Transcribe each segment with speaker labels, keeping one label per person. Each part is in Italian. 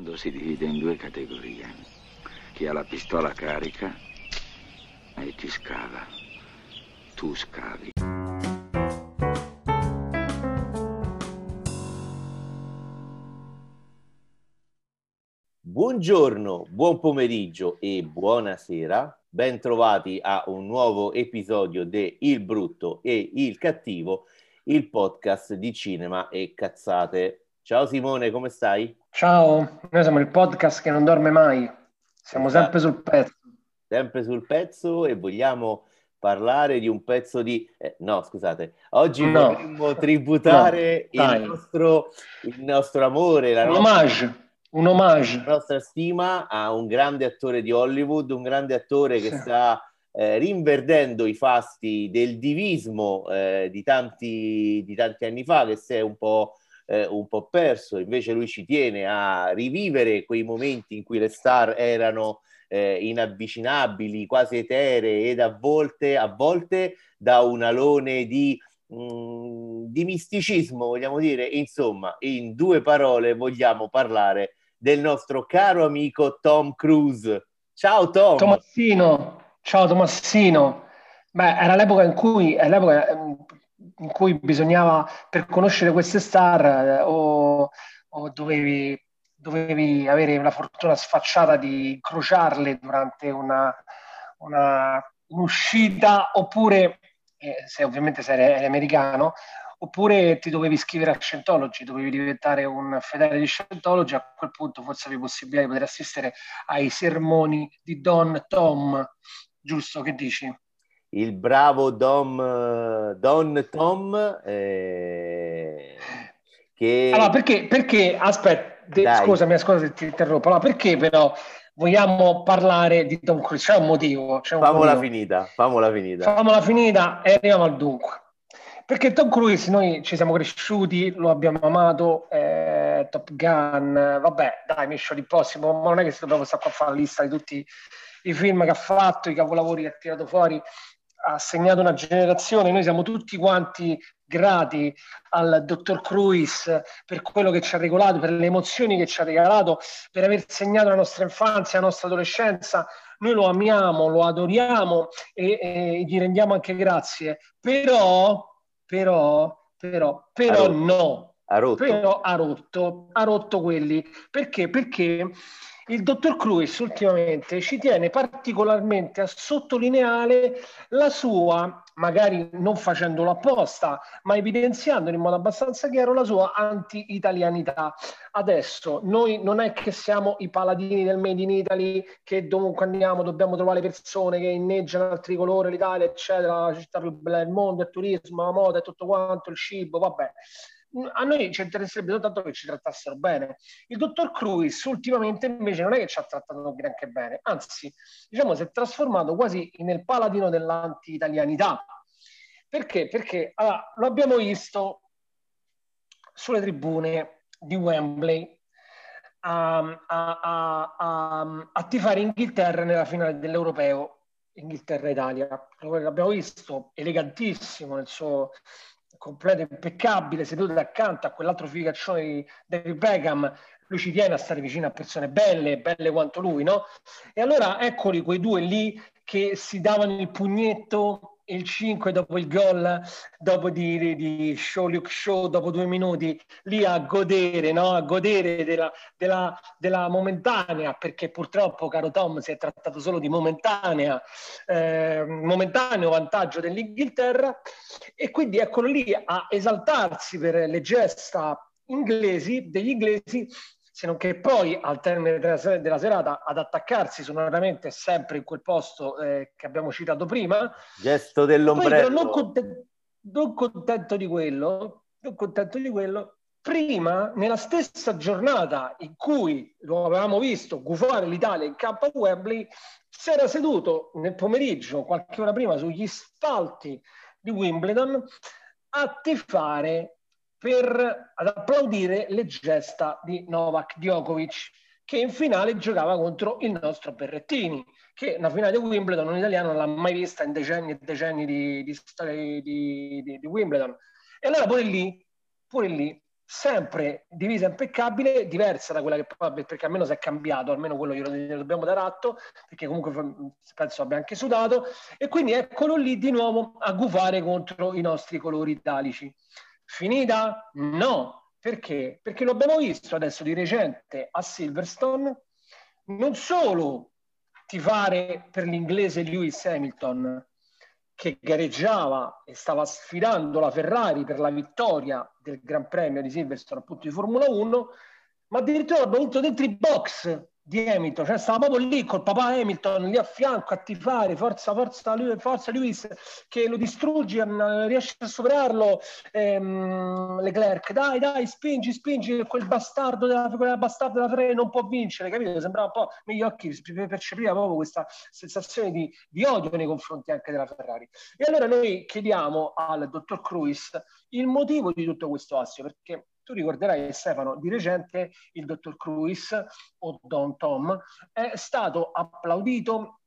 Speaker 1: mondo si divide in due categorie. Chi ha la pistola carica e chi scava. Tu scavi.
Speaker 2: Buongiorno, buon pomeriggio e buonasera. Ben trovati a un nuovo episodio de Il Brutto e il Cattivo, il podcast di cinema e cazzate. Ciao Simone, come stai?
Speaker 3: Ciao, noi siamo il podcast che non dorme mai, siamo sempre sul pezzo.
Speaker 2: Sempre sul pezzo e vogliamo parlare di un pezzo di... no, scusate, oggi vorremmo tributare il nostro amore,
Speaker 3: un hommage.
Speaker 2: la nostra stima a un grande attore di Hollywood, un grande attore che sta rinverdendo i fasti del divismo di tanti anni fa, che si è un po' perso. Invece lui ci tiene a rivivere quei momenti in cui le star erano inavvicinabili, quasi eteree, ed a volte da un alone di misticismo, vogliamo dire. Insomma, in due parole vogliamo parlare del nostro caro amico Tom Cruise. Ciao Tom!
Speaker 3: Ciao Tomassino. Beh, era l'epoca in cui bisognava, per conoscere queste star, o dovevi avere la fortuna sfacciata di incrociarle durante un'uscita, oppure, se ovviamente eri americano, oppure ti dovevi iscrivere a Scientology, dovevi diventare un fedele di Scientology. A quel punto forse avevi possibilità di poter assistere ai sermoni di Don Tom, giusto? Che dici?
Speaker 2: Il bravo Don Tom, che...
Speaker 3: Allora, aspetta, scusami se ti interrompo. Allora, perché però vogliamo parlare di Tom Cruise? C'è un motivo.
Speaker 2: Famola finita.
Speaker 3: Famola finita e arriviamo al dunque. Perché Tom Cruise noi ci siamo cresciuti, lo abbiamo amato, Top Gun, vabbè, dai, Mission Impossible, ma non è che se dobbiamo stare qua a fare la lista di tutti i film che ha fatto, i capolavori che ha tirato fuori, ha segnato una generazione. Noi siamo tutti quanti grati al dottor Cruise per quello che ci ha regalato, per le emozioni che ci ha regalato, per aver segnato la nostra infanzia, la nostra adolescenza. Noi lo amiamo, lo adoriamo e gli rendiamo anche grazie. Però no. Però ha rotto quelli. Perché? Perché il dottor Cruise ultimamente ci tiene particolarmente a sottolineare la sua, magari non facendolo apposta, ma evidenziando in modo abbastanza chiaro la sua anti-italianità. Adesso noi non è che siamo i paladini del Made in Italy, che dovunque andiamo dobbiamo trovare persone che inneggiano al tricolore, l'Italia, eccetera, la città più bella del mondo, il turismo, la moda e tutto quanto, il cibo, vabbè. A noi ci interesserebbe soltanto che ci trattassero bene. Il dottor Cruise ultimamente invece non è che ci ha trattato neanche bene, anzi, diciamo, si è trasformato quasi nel paladino dell'anti-italianità. Perché? Perché allora, lo abbiamo visto sulle tribune di Wembley a tifare Inghilterra nella finale dell'Europeo, Inghilterra-Italia. L'abbiamo visto elegantissimo nel suo completo impeccabile, seduto accanto a quell'altro figaccione di David Beckham. Lui ci tiene a stare vicino a persone belle quanto lui, no? E allora eccoli quei due lì che si davano il pugnetto il 5 dopo il gol, dopo di Luke Shaw, dopo 2 minuti, lì a godere, no? A godere della momentanea, perché purtroppo, caro Tom, si è trattato solo di momentaneo vantaggio dell'Inghilterra, e quindi eccolo lì a esaltarsi per le gesta degli inglesi, se non che poi al termine della serata ad attaccarsi sonoramente sempre in quel posto che abbiamo citato prima.
Speaker 2: Gesto dell'ombrello.
Speaker 3: Poi però non contento di quello, prima, nella stessa giornata in cui lo avevamo visto gufare l'Italia in campo a Wembley, si era seduto nel pomeriggio, qualche ora prima, sugli spalti di Wimbledon a tifare ad applaudire le gesta di Novak Djokovic, che in finale giocava contro il nostro Berrettini, che una finale di Wimbledon un italiano non l'ha mai vista in decenni e decenni di storia di Wimbledon. E allora pure lì sempre divisa impeccabile, diversa da quella che poi, perché almeno si è cambiato, almeno quello glielo dobbiamo dare atto, perché comunque penso abbia anche sudato, e quindi eccolo lì di nuovo a gufare contro i nostri colori italici. Finita? No. Perché? Perché lo abbiamo visto adesso di recente a Silverstone, non solo tifare per l'inglese Lewis Hamilton, che gareggiava e stava sfidando la Ferrari per la vittoria del Gran Premio di Silverstone, appunto di Formula 1, ma addirittura l'abbiamo vinto dentro i box di Hamilton, cioè stava proprio lì col papà Hamilton lì a fianco a tifare, forza Lewis che lo distrugge, riesce a superarlo, Leclerc, dai spingi quella bastardo della Ferrari non può vincere, capito? Sembrava un po', negli occhi percepiva proprio questa sensazione di odio nei confronti anche della Ferrari. E allora noi chiediamo al dottor Cruis il motivo di tutto questo assio, perché tu ricorderai, Stefano, di recente il dottor Cruis o Don Tom è stato applaudito,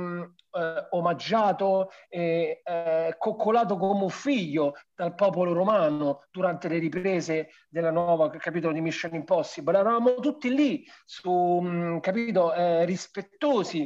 Speaker 3: omaggiato, coccolato come un figlio dal popolo romano durante le riprese della nuova capitolo di Mission Impossible. Eravamo tutti lì, capito, rispettosi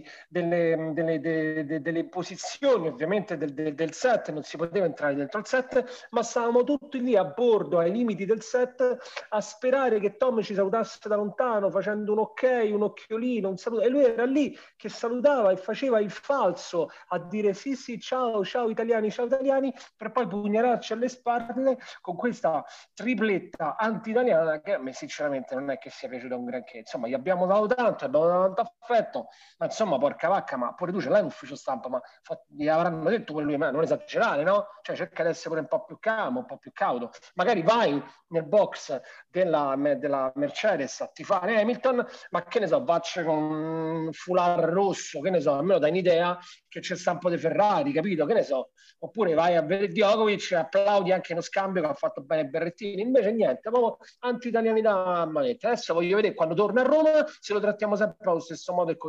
Speaker 3: delle posizioni, ovviamente del set, non si poteva entrare dentro il set, ma stavamo tutti lì a bordo, ai limiti del set, a sperare che Tom ci salutasse da lontano facendo un ok, un occhiolino, un saluto, e lui era lì che salutava e faceva il falso a dire sì ciao italiani, per poi pugnalarci alle spalle con questa tripletta anti-italiana che a me sinceramente non è che sia piaciuta un granché. Insomma, gli abbiamo dato tanto affetto, ma insomma, porca vacca, ma pure tu ce l'hai un ufficio stampa, ma gli avranno detto pure lui, ma non esagerare, no? Cioè cerca di essere pure un po' più calmo, un po' più cauto. Magari vai nel box della Mercedes a tifare Hamilton, ma che ne so, vacce con un foulard rosso, che ne so, almeno dai un'idea che c'è stampo di Ferrari, capito? Che ne so, oppure vai a vedere Djokovic e applaudi anche lo scambio che ha fatto bene Berrettini, invece niente, proprio anti-italianità a manetta. Adesso voglio vedere quando torna a Roma se lo trattiamo sempre allo stesso modo e con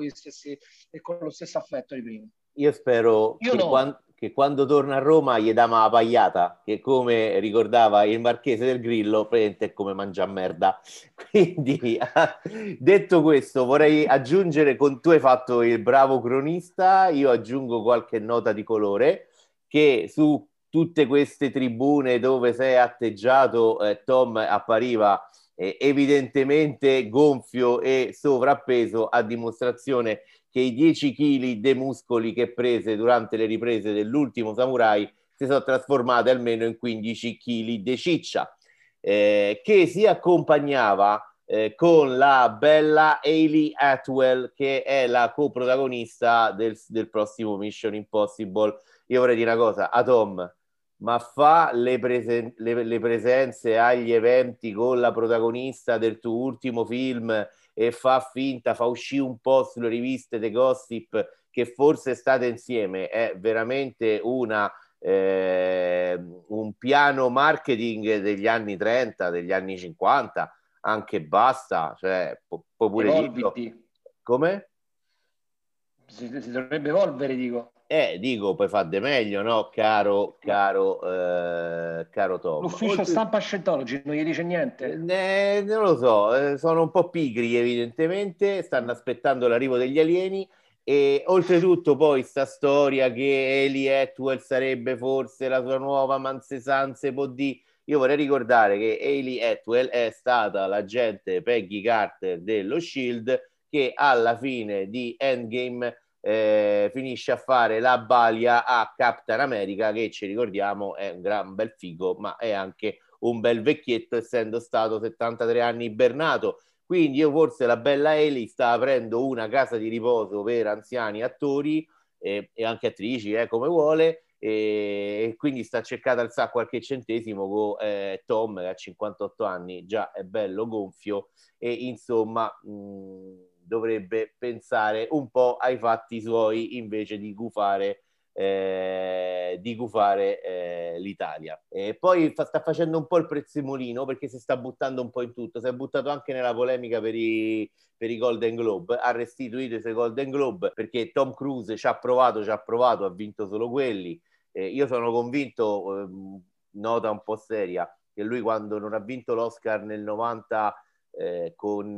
Speaker 3: lo stesso affetto di prima.
Speaker 2: Io spero che quando torna a Roma gli dà una pagliata, che come ricordava il Marchese del Grillo, praticamente è come mangiare merda. Quindi, detto questo, vorrei aggiungere, tu hai fatto il bravo cronista, io aggiungo qualche nota di colore, che su tutte queste tribune dove sei atteggiato, Tom appariva evidentemente gonfio e sovrappeso, a dimostrazione che i 10 kg dei muscoli che prese durante le riprese dell'ultimo Samurai si sono trasformati almeno in 15 kg di ciccia, che si accompagnava con la bella Hayley Atwell, che è la coprotagonista del prossimo Mission Impossible. Io vorrei dire una cosa a Tom, ma fa le presenze agli eventi con la protagonista del tuo ultimo film e fa uscire un po' sulle riviste The Gossip che forse state insieme, è veramente un piano marketing degli anni 30, degli anni 50, anche basta, cioè può pure dirlo. Come?
Speaker 3: Si dovrebbe evolvere, dico.
Speaker 2: Dico, poi fate meglio, no, caro Tom.
Speaker 3: L'ufficio stampa Scientology non gli dice niente?
Speaker 2: Non lo so, sono un po' pigri evidentemente, stanno aspettando l'arrivo degli alieni e oltretutto poi sta storia che Hayley Atwell sarebbe forse la sua nuova Mansesanze Podì. Io vorrei ricordare che Hayley Atwell è stata l'agente Peggy Carter dello SHIELD, che alla fine di Endgame finisce a fare la balia a Captain America, che ci ricordiamo è un gran bel figo, ma è anche un bel vecchietto, essendo stato 73 anni ibernato. Quindi io forse la bella Hayley sta aprendo una casa di riposo per anziani attori e anche attrici, come vuole, e quindi sta cercando di alzare qualche centesimo con Tom, che ha 58 anni, già è bello gonfio, e insomma dovrebbe pensare un po' ai fatti suoi invece di gufare l'Italia. Poi sta facendo un po' il prezzemolino, perché si sta buttando un po' in tutto, si è buttato anche nella polemica per i Golden Globe, ha restituito i suoi Golden Globe perché Tom Cruise ci ha provato, ha vinto solo quelli. Io sono convinto, nota un po' seria, che lui quando non ha vinto l'Oscar nel 90 con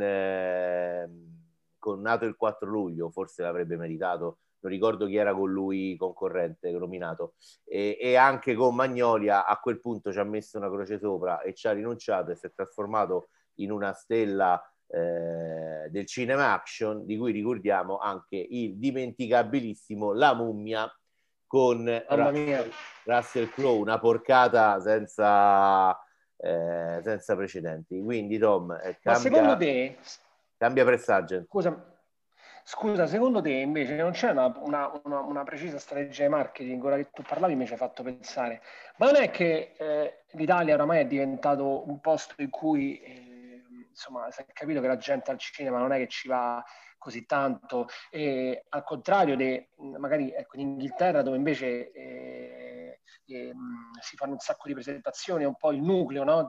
Speaker 2: Nato il 4 luglio, forse l'avrebbe meritato, non ricordo chi era con lui concorrente nominato, e anche con Magnolia a quel punto ci ha messo una croce sopra e ci ha rinunciato e si è trasformato in una stella del cinema action, di cui ricordiamo anche il dimenticabilissimo La Mummia con Russell Crowe, una porcata senza precedenti. Quindi Tom,
Speaker 3: ma secondo te
Speaker 2: cambia Press Agent.
Speaker 3: Scusa, secondo te invece non c'è una precisa strategia di marketing? Ora che tu parlavi mi ci hai fatto pensare, ma non è che l'Italia oramai è diventato un posto in cui insomma si è capito che la gente al cinema non è che ci va così tanto, e al contrario magari ecco, in Inghilterra, dove invece si fanno un sacco di presentazioni, è un po' il nucleo, no,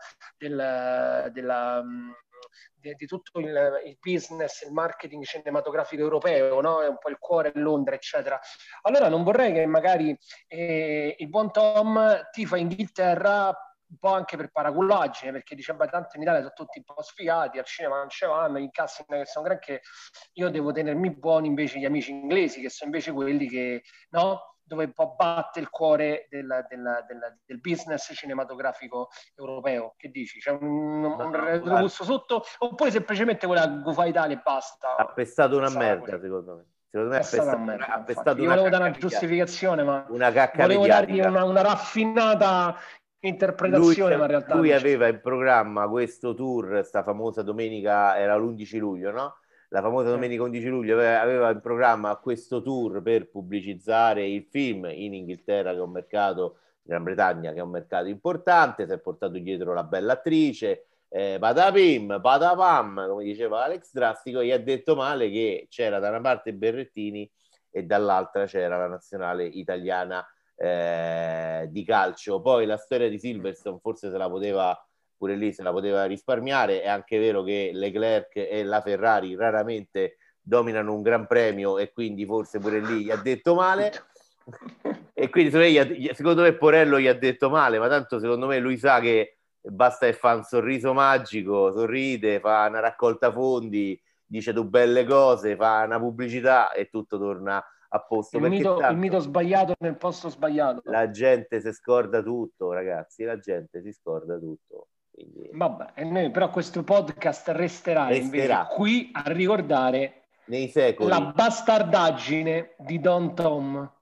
Speaker 3: di tutto il business, il marketing cinematografico europeo, no? È un po' il cuore, Londra, eccetera. Allora non vorrei che magari il buon Tom tifa Inghilterra un po' anche per paraculaggine, perché dice, beh, tanto in Italia sono tutti un po' sfigati, al cinema non ce vanno, gli incassi non è che sono granché, io devo tenermi buoni invece gli amici inglesi, che sono invece quelli che, no? Dove un po' batte il cuore del business cinematografico europeo. Che dici? C'è un retrogusto sotto, oppure semplicemente quella gufa Italia e basta?
Speaker 2: Ha pestato una merda, secondo me. Secondo me ha pestato
Speaker 3: io volevo dare una giustificazione, ma
Speaker 2: una cacca
Speaker 3: volevo dargli
Speaker 2: mediatica.
Speaker 3: una raffinata interpretazione, ma in realtà
Speaker 2: lui aveva in programma questo tour, sta famosa domenica, era l'11 luglio, no? La famosa domenica 11 luglio aveva in programma questo tour per pubblicizzare il film in Inghilterra, che è un mercato, in Gran Bretagna, che è un mercato importante, si è portato dietro la bella attrice, patapim, patapam, come diceva Alex Drastico, gli ha detto male che c'era da una parte Berrettini e dall'altra c'era la nazionale italiana di calcio. Poi la storia di Silverstone forse se la poteva pure lì, se la poteva risparmiare. È anche vero che Leclerc e la Ferrari raramente dominano un gran premio e quindi forse pure lì gli ha detto male. E quindi secondo me Porello gli ha detto male, ma tanto secondo me lui sa che basta che fa un sorriso magico, sorride, fa una raccolta fondi, dice due belle cose, fa una pubblicità e tutto torna a posto.
Speaker 3: Il mito sbagliato nel posto sbagliato.
Speaker 2: La gente si scorda tutto, ragazzi, la gente si scorda tutto. Quindi...
Speaker 3: Vabbè, e noi però questo podcast resterà invece qui a ricordare
Speaker 2: nei secoli
Speaker 3: la bastardaggine di Don Tom.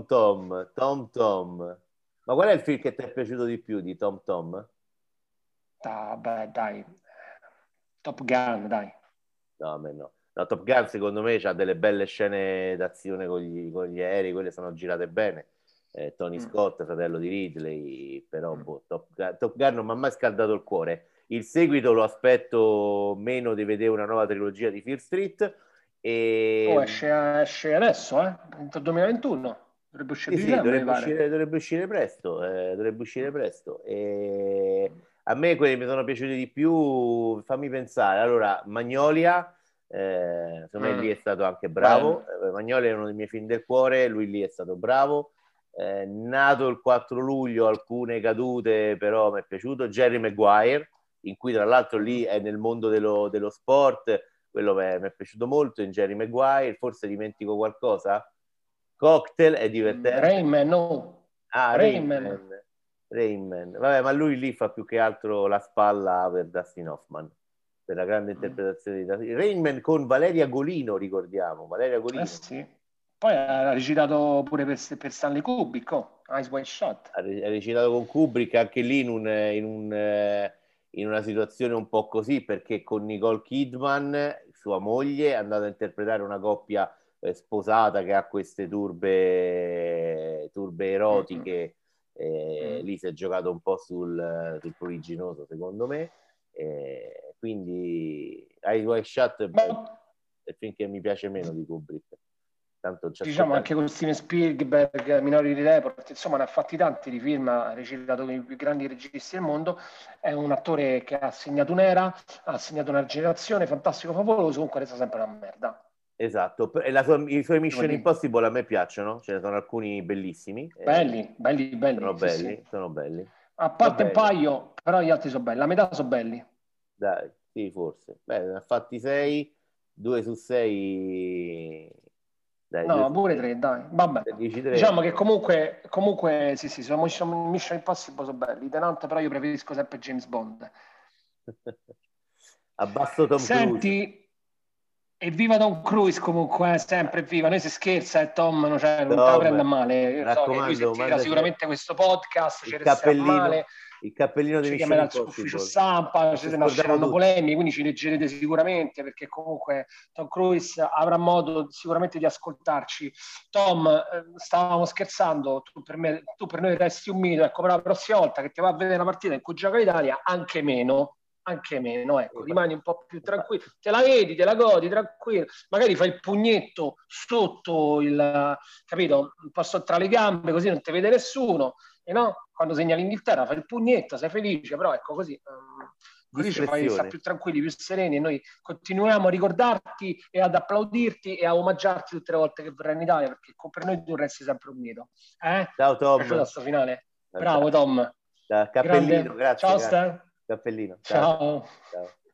Speaker 2: Tom. Ma qual è il film che ti è piaciuto di più di Tom?
Speaker 3: Beh, dai. Top Gun, dai.
Speaker 2: No, Top Gun secondo me ha delle belle scene d'azione con gli aerei, quelle sono girate bene. Tony Scott, fratello di Ridley, però Top Gun non mi ha mai scaldato il cuore. Il seguito lo aspetto meno di vedere una nuova trilogia di Fear Street.
Speaker 3: Esce adesso, nel 2021. Dovrebbe uscire
Speaker 2: dovrebbe uscire presto. E a me quelli che mi sono piaciuti di più, fammi pensare. Allora, Magnolia, secondo me lì è stato anche bravo. Magnolia è uno dei miei film del cuore, lui lì è stato bravo. Nato il 4 luglio, alcune cadute, però mi è piaciuto. Jerry Maguire, in cui tra l'altro lì è nel mondo dello sport, quello mi è piaciuto molto in Jerry Maguire. Forse dimentico qualcosa? Cocktail è divertente.
Speaker 3: Rayman, no.
Speaker 2: Rayman. Vabbè, ma lui lì fa più che altro la spalla per Dustin Hoffman, per la grande interpretazione di Dustin. Rayman con Valeria Golino, ricordiamo. Valeria Golino.
Speaker 3: Sì. Poi ha recitato pure per Stanley Kubrick, Eyes Wide Shut.
Speaker 2: Ha recitato con Kubrick anche lì in una situazione un po' così, perché con Nicole Kidman, sua moglie, è andata a interpretare una coppia sposata che ha queste turbe erotiche. Lì si è giocato un po' sul pruriginoso, secondo me. Quindi Eyes Wide Shut è il film che mi piace meno di Kubrick. Tanto
Speaker 3: diciamo anche con Steven Spielberg, Minority Report, insomma ne ha fatti tanti di film, ha recitato con i più grandi registi del mondo, è un attore che ha segnato un'era, ha segnato una generazione, fantastico, favoloso, comunque resta sempre una merda.
Speaker 2: Esatto, e i suoi Mission Impossible a me piacciono, ce ne sono alcuni bellissimi.
Speaker 3: Belli.
Speaker 2: Sono belli.
Speaker 3: A parte un paio, però gli altri sono belli. La metà sono belli.
Speaker 2: Dai, sì, forse. Beh, ne ha fatti 6, 2 su 6. Dai,
Speaker 3: No, pure 3, dai. Vabbè. Diciamo che comunque sì, sono Mission Impossible sono belli. Tenante, però io preferisco sempre James Bond.
Speaker 2: Abbasso Tom Cruise.
Speaker 3: Senti, evviva Tom Cruise comunque, sempre viva. Noi si scherza e Tom non te la prende a male. Io so che lui sentirà sicuramente questo podcast, ci resterà male.
Speaker 2: Il cappellino di
Speaker 3: ci
Speaker 2: Mission
Speaker 3: chiamerà l'ufficio stampa, ci nasceranno polemiche, quindi ci leggerete sicuramente, perché comunque Tom Cruise avrà modo sicuramente di ascoltarci. Tom, stavamo scherzando, tu per noi resti un mito, ecco, però la prossima volta che ti va a vedere una partita in cui gioca l'Italia, anche meno, ecco, rimani un po' più tranquillo, te la vedi, te la godi, tranquillo, magari fai il pugnetto sotto capito, un po' sotto tra le gambe, così non ti vede nessuno, e no? Quando segna l'Inghilterra fai il pugnetto, sei felice, però ecco così ci fai stare più tranquilli, più sereni, e noi continuiamo a ricordarti e ad applaudirti e a omaggiarti tutte le volte che verrai in Italia, perché per noi tu resti sempre un mito.
Speaker 2: Ciao Tom.
Speaker 3: Piaciuto questo finale? Bravo Tom.
Speaker 2: Cappellino, grazie.
Speaker 3: Ciao
Speaker 2: grazie.
Speaker 3: Stan.
Speaker 2: Cappellino.
Speaker 3: Ciao.
Speaker 2: Ciao.